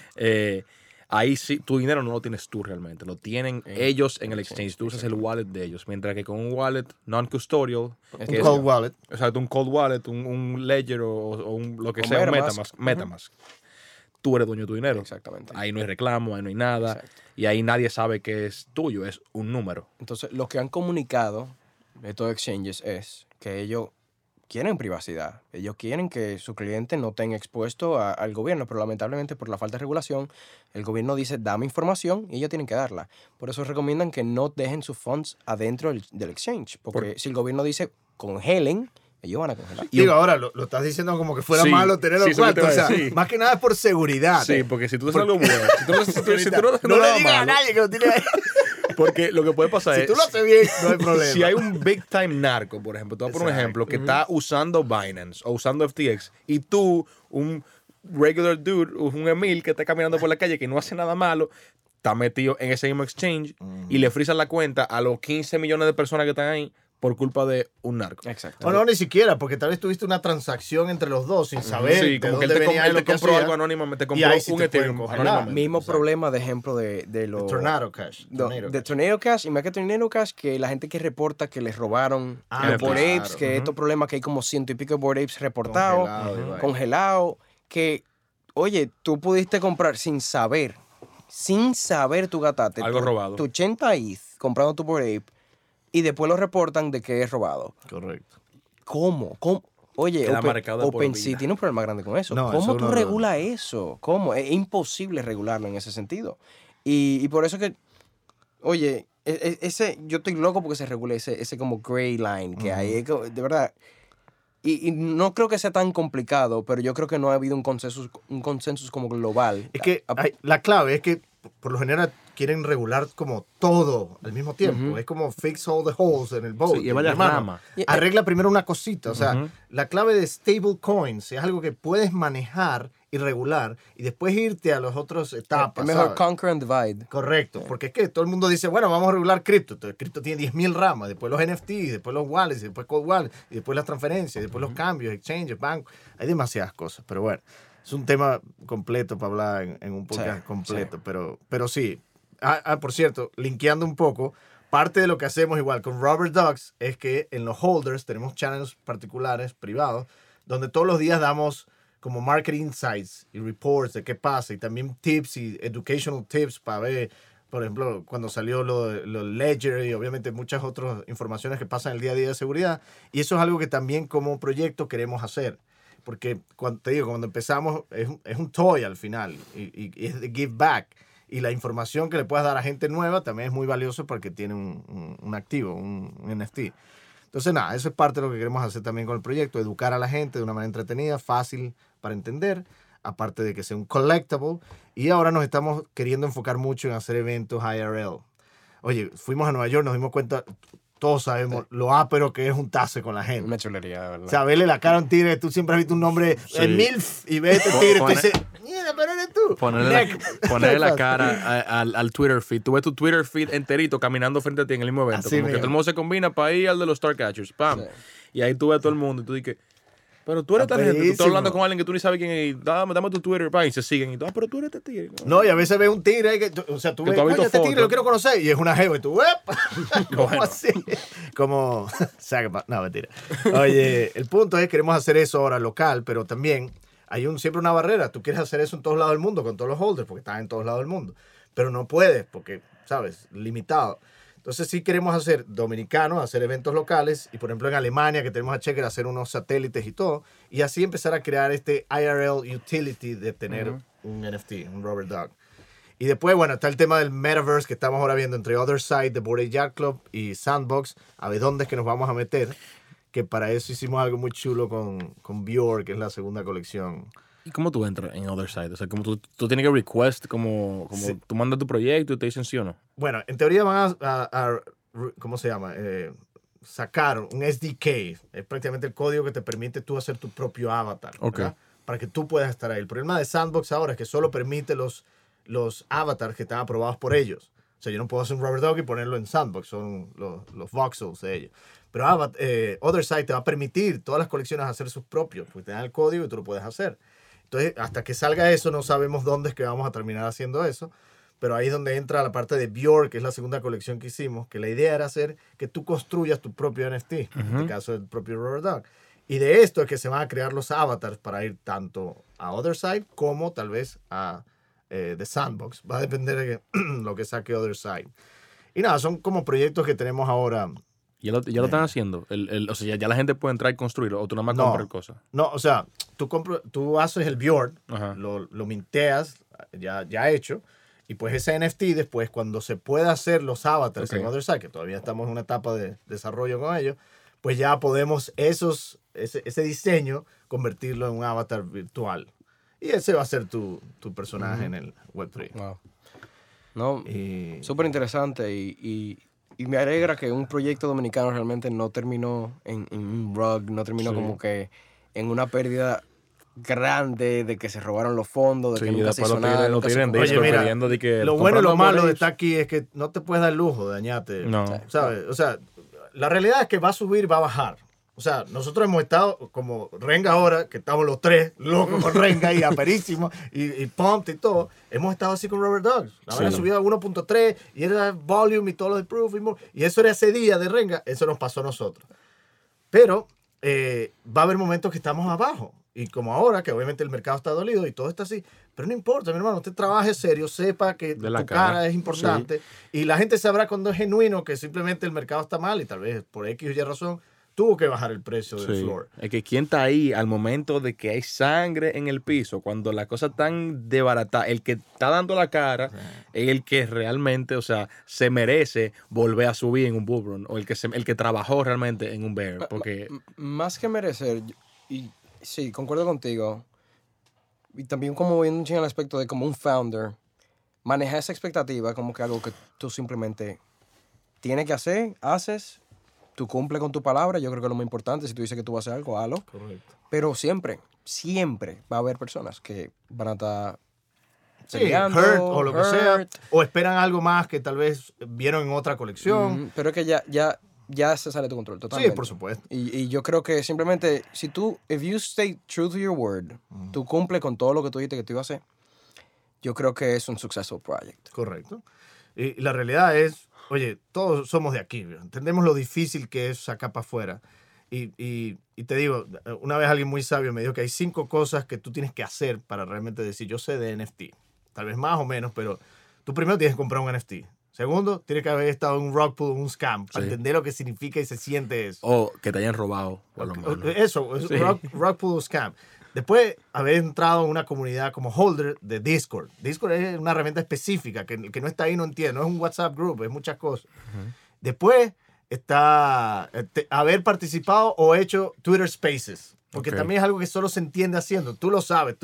ahí sí, tu dinero no lo tienes tú realmente, lo tienen ellos en el exchange, tú usas el wallet de ellos, mientras que con un wallet non-custodial, Un que es- cold wallet. exacto, un cold wallet, un Ledger o lo que O sea, un MetaMask. MetaMask, tú eres dueño de tu dinero. Exactamente. Ahí no hay reclamo, ahí no hay nada. Exacto. Y ahí nadie sabe que es tuyo, es un número. Entonces, lo que han comunicado estos exchanges es que ellos quieren privacidad. Ellos quieren que su cliente no esté expuesto al gobierno, pero lamentablemente por la falta de regulación, el gobierno dice, dame información y ellos tienen que darla. Por eso recomiendan que no dejen sus funds adentro del exchange, porque si el gobierno dice, congelen, ellos van a congelar. Digo, ahora lo estás diciendo como que fuera Sí, malo tener los sí, eso que te cuartos. O iba a sea, decir. más que nada es por seguridad. Sí, porque si tú haces algo bueno, si tú no haces no le nada digas a malo, nadie que lo tiene ahí. porque lo que puede pasar Si es, tú lo haces bien, no hay problema. si hay un big time narco, por ejemplo, te voy a poner un Exacto. ejemplo, que está usando Binance o usando FTX, y tú, un regular dude, un Emil que está caminando por la calle que no hace nada malo, está metido en ese mismo exchange y le frisan la cuenta a los 15 millones de personas que están ahí por culpa de un narco. Exacto. O no, ni siquiera, porque tal vez tuviste una transacción entre los dos sin saber Sí, de como que dónde venía él lo te que compró hacía. algo anónimamente, te Y compró ahí sí un te pueden Ethereum congelar. anónimamente. Mismo Exacto. problema de ejemplo de los... Tornado Cash. De Tornado Cash, y más que Tornado Cash, que la gente que reporta que les robaron Ah, los Bored claro. Apes, que estos problemas que hay como 100 y pico Bored Apes reportados, Congelado y vaina. congelados, que, oye, tú pudiste comprar sin saber tu gatate. Algo robado. Tu 80 ETH comprando tu Bored Ape, y después lo reportan de que es robado. Correcto. ¿Cómo? Oye, Queda marcado de por OpenSea vida. tiene un problema grande con eso. No, eso ¿Cómo es tú un horror. regulas eso? ¿Cómo? Es imposible regularlo en ese sentido. Y por eso que, oye, yo estoy loco porque se regule ese como gray line que hay. Es como, de verdad. Y no creo que sea tan complicado, pero yo creo que no ha habido un consenso como global. Es que la clave es que por lo general quieren regular como todo al mismo tiempo. Es como fix all the holes en el boat. Sí, y varias hermano. ramas. Arregla primero una cosita. O sea, la clave de stable coins es algo que puedes manejar y regular y después irte a las otras etapas. Es mejor ¿sabes? conquer and divide. Correcto, porque es que todo el mundo dice, bueno, vamos a regular cripto. Entonces, cripto tiene 10.000 ramas, después los NFTs, después los wallets, después cold wallets, y después las transferencias, y después los cambios, exchanges, bancos. Hay demasiadas cosas, pero bueno, es un tema completo para hablar en un podcast Sí, completo, pero sí. Por cierto, linkeando un poco, parte de lo que hacemos igual con Robert Ducks es que en los holders tenemos channels particulares, privados, donde todos los días damos como market insights y reports de qué pasa y también tips y educational tips para ver, por ejemplo, cuando salió lo Ledger y obviamente muchas otras informaciones que pasan el día a día de seguridad. Y eso es algo que también como proyecto queremos hacer. Porque te digo, cuando empezamos es un toy al final y es de give back. Y la información que le puedas dar a gente nueva también es muy valioso porque tiene un activo, un NFT. Entonces, nada, eso es parte de lo que queremos hacer también con el proyecto, educar a la gente de una manera entretenida, fácil para entender, aparte de que sea un collectible. Y ahora nos estamos queriendo enfocar mucho en hacer eventos IRL. Oye, fuimos a Nueva York, nos dimos cuenta, todos sabemos lo ápero que es juntarse con la gente. Una chulería, ¿verdad? O sea, verle la cara a un tigre, tú siempre has visto un nombre, MILF, y ves a este tigre, tú dices, mierda, pero eres tú. Ponerle la cara al Twitter feed. Tú ves tu Twitter feed enterito caminando frente a ti en el mismo evento. Así como que mismo. todo el mundo se combina para ir al de los Starcatchers. ¡Pam! Sí. Y ahí tú ves a todo el mundo y tú dices, pero tú eres esta gente. Tú estás hablando con alguien que tú ni sabes quién es. Dame tu Twitter, pa, y se siguen. Y tú, pero tú eres este tigre. No, y a veces ves un tigre, o sea, tú Que ves, tú has coño, visto este tigre fotos. lo quiero conocer, y es una jeva, y tú, ¡epa! ¿Cómo Bueno. así? Como, no, mentira. Oye, el punto es, queremos hacer eso ahora local, pero también hay siempre una barrera. Tú quieres hacer eso en todos lados del mundo, con todos los holders, porque estás en todos lados del mundo, pero no puedes, porque, ¿sabes? Limitado. Entonces sí queremos hacer dominicanos, hacer eventos locales, y por ejemplo en Alemania, que tenemos a Checker, hacer unos satélites y todo, y así empezar a crear este IRL utility de tener un NFT, un Rubber Dog. Y después, bueno, está el tema del Metaverse que estamos ahora viendo entre Other Side, The Bored Ape Yacht Club y Sandbox, a ver dónde es que nos vamos a meter, que para eso hicimos algo muy chulo con Björk, que es la segunda colección. ¿Y cómo tú entras en Other Side? O sea, como tú tienes que request, como Sí. tú mandas tu proyecto y te dicen sí o no. Bueno, en teoría van a ¿cómo se llama? Sacar un SDK. Es prácticamente el código que te permite tú hacer tu propio avatar. Ok. ¿verdad? Para que tú puedas estar ahí. El problema de Sandbox ahora es que solo permite los avatars que están aprobados por ellos. O sea, yo no puedo hacer un Rubber Dog y ponerlo en Sandbox. Son los voxels de ellos. Pero Other Side te va a permitir todas las colecciones hacer sus propios. Porque te dan el código y tú lo puedes hacer. Entonces, hasta que salga eso, no sabemos dónde es que vamos a terminar haciendo eso. Pero ahí es donde entra la parte de Björk, que es la segunda colección que hicimos, que la idea era hacer que tú construyas tu propio NFT, en este caso el propio Rubber Dog. Y de esto es que se van a crear los avatars para ir tanto a Other Side como tal vez a The Sandbox. Va a depender de lo que saque Other Side. Y nada, son como proyectos que tenemos ahora. Ya lo están haciendo. O sea, ya la gente puede entrar y construirlo. O tú nada más No. compras cosas. No, o sea, tú haces el Björk, Ajá. lo minteas ya hecho. Y pues ese NFT después, cuando se pueda hacer los avatars Ok. en Other Side, que todavía estamos en una etapa de desarrollo con ellos, pues ya podemos ese diseño convertirlo en un avatar virtual. Y ese va a ser tu personaje en el Web3. Wow. No, Y- súper interesante y me alegra que un proyecto dominicano realmente no terminó en un rug, no terminó Sí. como que en una pérdida grande de que se robaron los fondos, de Sí, que nunca se después hizo nada. lo nunca se tiren compró. de Oye, Discord mira, pidiendo de que lo bueno y lo comprando malo de Bored estar aquí es que no te puedes dar el lujo de dañarte. No. ¿Sabes? O sea, la realidad es que va a subir, va a bajar. O sea, nosotros hemos estado como Renga ahora, que estamos los tres locos con Renga y aperísimos y pumped y todo. Hemos estado así con Rubber Dogs. La vaina Sí. subió a 1.3 y era volume y todo lo de proof y eso era ese día de Renga. Eso nos pasó a nosotros. Pero va a haber momentos que estamos abajo. Y como ahora, que obviamente el mercado está dolido y todo está así. Pero no importa, mi hermano. Usted trabaje serio, sepa que De la tu cara. cara es importante. Y la gente sabrá cuando es genuino que simplemente el mercado está mal y tal vez por X o Y razón tuvo que bajar el precio del Sí. floor. Es que quién está ahí al momento de que hay sangre en el piso, cuando la cosa tan desbaratada, el que está dando la cara es el que realmente, o sea, se merece volver a subir en un bull run, o el que trabajó realmente en un bear, porque Más que merecer, y sí, concuerdo contigo, y también como viendo un chingo el aspecto de como un founder, manejar esa expectativa como que algo que tú simplemente tienes que hacer, haces, tú cumples con tu palabra, yo creo que es lo más importante, si tú dices que tú vas a hacer algo, hazlo, Correcto. pero siempre va a haber personas que van a estar Sí, peleando, hurt o lo que sea. hurt. O esperan algo más que tal vez vieron en otra colección. Pero es que ya se sale de tu control, totalmente. Sí, por supuesto. Y yo creo que simplemente, si tú, if you stay true to your word, tú cumples con todo lo que tú dijiste que tú ibas a hacer, yo creo que es un successful project. Correcto. Y la realidad es, oye, todos somos de aquí, ¿verdad? Entendemos lo difícil que es sacar para afuera. Y te digo, una vez alguien muy sabio me dijo que hay 5 cosas que tú tienes que hacer para realmente decir, yo sé de NFT. Tal vez más o menos, pero tú primero tienes que comprar un NFT. Segundo, tienes que haber estado en un rug pull, un scam, para Sí. entender lo que significa y se siente eso. o que te hayan robado, por lo menos. Eso, es Sí. rug pull scam. Después, haber entrado en una comunidad como holder de Discord. Discord es una herramienta específica que no está ahí, no entiende. No es un WhatsApp group, es muchas cosas. Después está haber participado o hecho Twitter Spaces. Porque Ok. también es algo que solo se entiende haciendo. Tú lo sabes.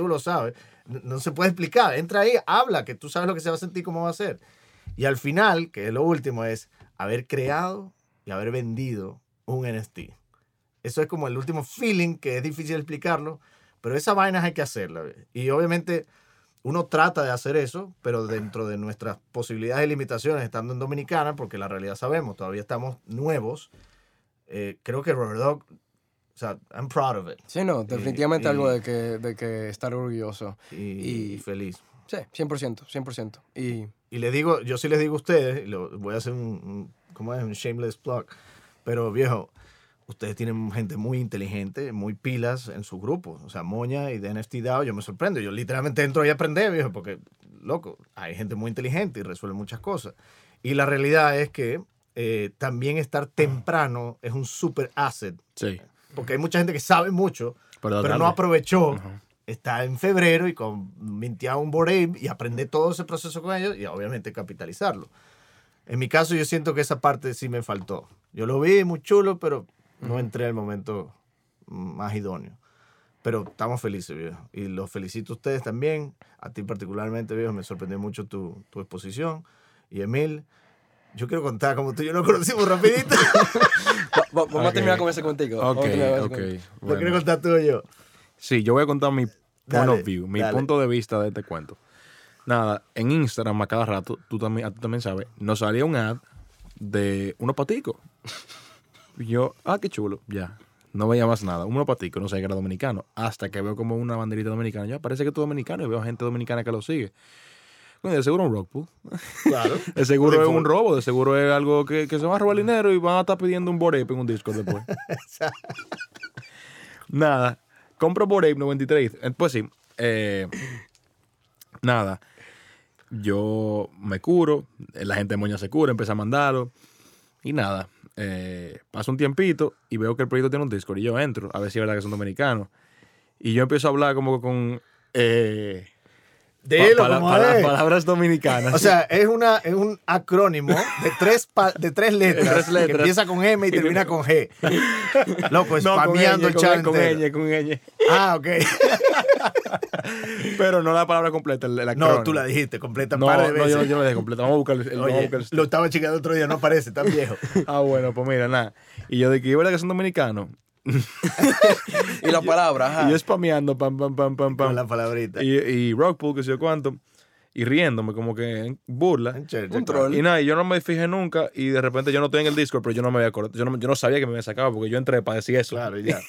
No se puede explicar. Entra ahí, habla, que tú sabes lo que se va a sentir, cómo va a ser. Y al final, que es lo último, es haber creado y haber vendido un NFT. Eso es como el último feeling que es difícil explicarlo, pero esa vaina hay que hacerla. ¿ves? Y obviamente uno trata de hacer eso, pero dentro de nuestras posibilidades y limitaciones, estando en Dominicana, porque la realidad sabemos, todavía estamos nuevos, creo que Rubber Dog, o sea, I'm proud of it. Sí, no, definitivamente y- algo de que estar orgulloso. Y feliz. Sí, 100%, 100%. Y Y les digo, yo sí les digo a ustedes, y voy a hacer ¿cómo es? Un shameless plug, pero viejo, ustedes tienen gente muy inteligente, muy pilas en su grupo. O sea, Moña y de NFT DAO, yo me sorprendo. Yo literalmente entro ahí a aprender, viejo, porque, loco, hay gente muy inteligente y resuelve muchas cosas. Y la realidad es que también estar temprano es un super asset. Sí. Porque hay mucha gente que sabe mucho, pero tarde. no aprovechó. Ujú. Está en febrero y mintió un board ape y aprender todo ese proceso con ellos y obviamente capitalizarlo. En mi caso yo siento que esa parte sí me faltó. Yo lo vi muy chulo, pero no entré al momento más idóneo. Pero estamos felices, viejo. Y los felicito a ustedes también. A ti particularmente, viejo. Me sorprendió mucho tu exposición. Y Emil, yo quiero contar como tú y yo nos conocimos rapidito. Vamos a terminar con ese contigo. Ok, ok. Lo quiero Bueno. contar tú y yo. Sí, yo voy a contar mi point Dale, of view, mi dale. punto de vista de este cuento. Nada, en Instagram a cada rato, tú también sabes, nos salía un ad de unos paticos. Y yo, qué chulo, ya. No veía más nada. Unos paticos, no sé que era dominicano. Hasta que veo como una banderita dominicana. Ya parece que es dominicano y veo gente dominicana que lo sigue. Bueno, de seguro un rock pool. Claro. De seguro es un robo, de seguro es algo que se va a robar dinero y van a estar pidiendo un Bored Ape en un Discord después. Nada, compro Bored Ape 93. Pues sí, nada, yo me curo, la gente de Moña se cura, empieza a mandarlo y nada, pasa un tiempito y veo que el proyecto tiene un Discord y yo entro a ver si es verdad que son dominicanos y yo empiezo a hablar como con Dilo, como es. palabras dominicanas. O sea, es un acrónimo de tres letras, que empieza con M y termina con G. Loco, spameando el chat con entero. con ñ. Ok. Pero no la palabra completa, el acrónimo. No, tú la dijiste completa un No, par de no, veces. yo no la dejé completa. Vamos a buscar el vamos a Oye, buscar el- lo estaba checando otro día, no aparece, tan viejo. bueno, pues mira, nada. Y yo de que, ¿es verdad que son dominicanos? Y la palabra, ajá. Y yo spameando, pam, pam, pam, pam, Con pam. la palabrita. Y Rockpool, que sé yo cuánto. Y riéndome, como que en burla. En church, Un claro. troll. Y nada, y yo no me fijé nunca. Y de repente yo no estoy en el Discord, pero yo no me había acordado. Yo no sabía que me había sacado porque yo entré para decir eso. Claro, ya.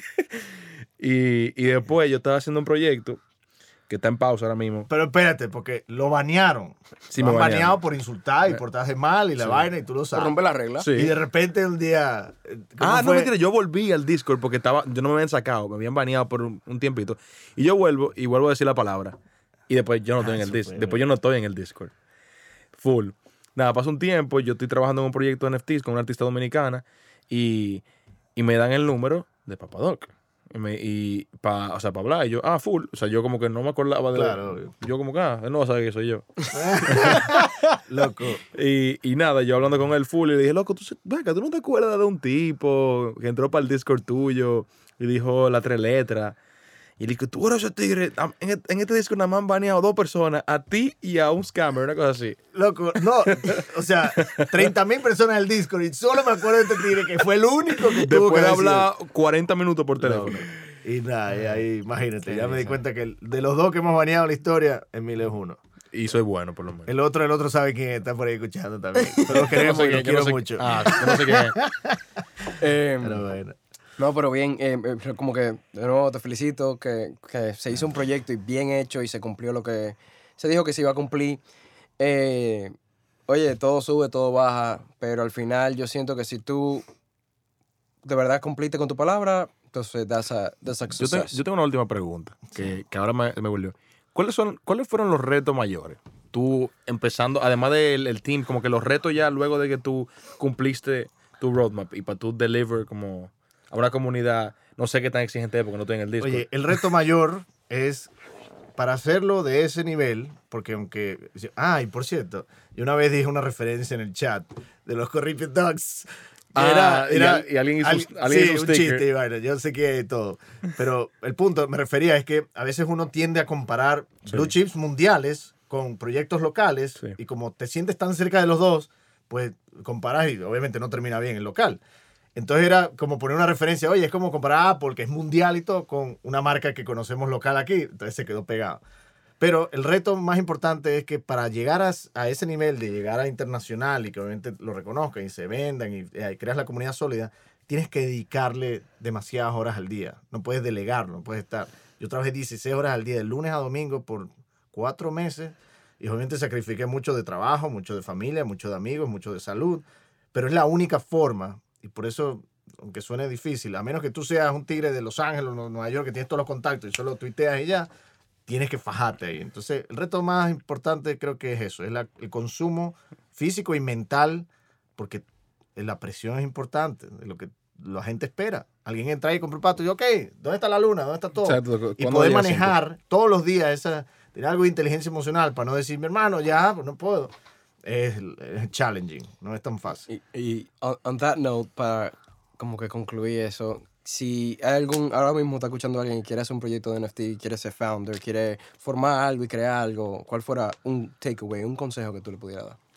Y después yo estaba haciendo un proyecto que está en pausa ahora mismo. Pero espérate, porque lo banearon. Sí, lo me han banearon. baneado por insultar y portarse mal y la vaina y tú lo Por sabes. romper la regla. Sí. Y de repente un día... ¿cómo No, fue? mentira, yo volví al Discord porque yo no me habían sacado, me habían baneado por un tiempito. Y yo vuelvo a decir la palabra. Y después yo no estoy en el eso Discord. fue. Después yo no estoy en el Discord. Full. Nada, pasa un tiempo, yo estoy trabajando en un proyecto de NFTs con una artista dominicana y me dan el número de Papadoc. Para hablar. Y yo, full. O sea, yo como que no me acordaba de Claro, obvio. Yo como que, él no va a saber que soy yo. Loco. Y nada, yo hablando con él full y le dije, loco, ¿tú no te acuerdas de un tipo que entró para el Discord tuyo y dijo las 3 letras? Y le dije, tú eres ese tigre. En este Discord nada más han baneado 2 personas, a ti y a un scammer, una cosa así. Loco, no, o sea, 30,000 personas en el Discord y solo me acuerdo de este tigre que fue el único que tuvo Después que de decir- hablar 40 minutos por teléfono. Y nada, y ahí, imagínate, Sí, ya me di sí. cuenta que de los dos que hemos baneado en la historia, Emil es uno. Y soy bueno, por lo menos. El otro sabe quién está por ahí escuchando también. Pero lo Yo queremos y lo yo quiero sé- mucho. yo no sé quién es. Pero bueno. No, pero bien, como que de nuevo te felicito que se hizo un proyecto y bien hecho y se cumplió lo que se dijo que se iba a cumplir. Oye, todo sube, todo baja, pero al final yo siento que si tú de verdad cumpliste con tu palabra, entonces that's a success. Yo tengo una última pregunta que ahora me volvió. ¿Cuáles fueron los retos mayores? Tú empezando, además del team, como que los retos ya luego de que tú cumpliste tu roadmap y para tú deliver como a una comunidad, no sé qué tan exigente es porque no estoy en el Discord. Oye, el reto mayor es para hacerlo de ese nivel, porque aunque... y por cierto, yo una vez dije una referencia en el chat de los Corrupted Dogs. Que y alguien hizo sí, un un sticker. chiste y vaina, yo sé que todo. Pero el punto, me refería, es que a veces uno tiende a comparar blue chips mundiales con proyectos locales Sí. y como te sientes tan cerca de los dos, pues comparas y obviamente no termina bien el local. Entonces era como poner una referencia, oye, es como comparar Apple, que es mundial y todo, con una marca que conocemos local aquí. Entonces se quedó pegado. Pero el reto más importante es que para llegar a ese nivel de llegar a internacional y que obviamente lo reconozcan y se vendan y creas la comunidad sólida, tienes que dedicarle demasiadas horas al día. No puedes delegarlo, no puedes estar. Yo trabajé 16 horas al día, de lunes a domingo, por 4 meses. Y obviamente sacrifiqué mucho de trabajo, mucho de familia, mucho de amigos, mucho de salud. Pero es la única forma. Y por eso, aunque suene difícil, a menos que tú seas un tigre de Los Ángeles o Nueva York, que tienes todos los contactos y solo tuiteas y ya, tienes que fajarte ahí. Entonces, el reto más importante creo que es eso, es el consumo físico y mental, porque la presión es importante, de lo que la gente espera. Alguien entra ahí y compra un pato y ok, ¿dónde está la luna? ¿Dónde está todo? Exacto. Y ¿Cuándo poder llega manejar todos los días tener algo de inteligencia emocional para no decir, mi hermano, ya, pues no puedo. Es challenging, no es tan fácil. Y on that note, para como que concluir eso, si hay ahora mismo está escuchando a alguien y quiere hacer un proyecto de NFT, quiere ser founder, quiere formar algo y crear algo, ¿cuál fuera un takeaway, un consejo que tú le pudieras dar?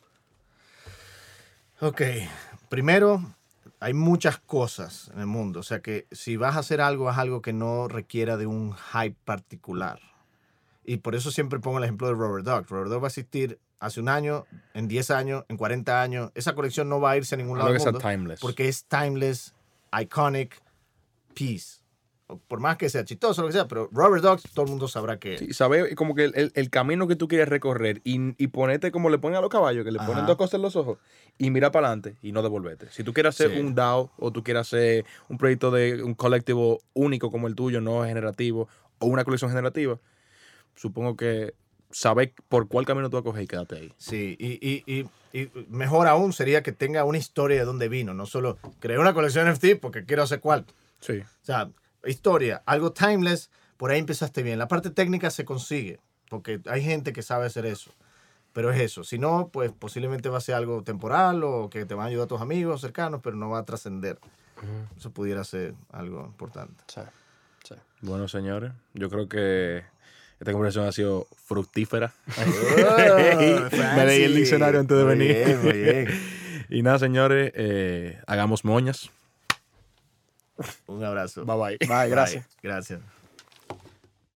Ok, primero, hay muchas cosas en el mundo. O sea que si vas a hacer algo, haz algo que no requiera de un hype particular. Y por eso siempre pongo el ejemplo de Rubber Duck. Rubber Duck va a existir hace un año, en 10 años, en 40 años. Esa colección no va a irse a ningún lado Algo del que mundo. sea timeless. Porque es timeless, iconic, piece. Por más que sea chistoso, lo que sea, pero Rubber Duck todo el mundo sabrá que es. Sí, ¿sabes? Como que el camino que tú quieres recorrer y ponerte como le ponen a los caballos, que le ponen Ajá. 2 cosas en los ojos y mira para adelante y no devolverte. Si tú quieres hacer Sí. un DAO o tú quieres hacer un proyecto de un colectivo único como el tuyo, no generativo, o una colección generativa, supongo que sabes por cuál camino tú vas a coger y quédate ahí. Sí, y mejor aún sería que tenga una historia de dónde vino, no solo creé una colección NFT porque quiero hacer cuarto. Sí. O sea, historia, algo timeless, por ahí empezaste bien. La parte técnica se consigue, porque hay gente que sabe hacer eso. Pero es eso. Si no, pues posiblemente va a ser algo temporal o que te van a ayudar a tus amigos cercanos, pero no va a trascender. Eso pudiera ser algo importante. Sí, sí. Bueno, señores, yo creo que esta conversación ha sido fructífera. Me leí el diccionario antes de Muy venir. bien, muy bien. Y nada, señores, hagamos moñas. Un abrazo. Bye bye. Bye, gracias. Gracias.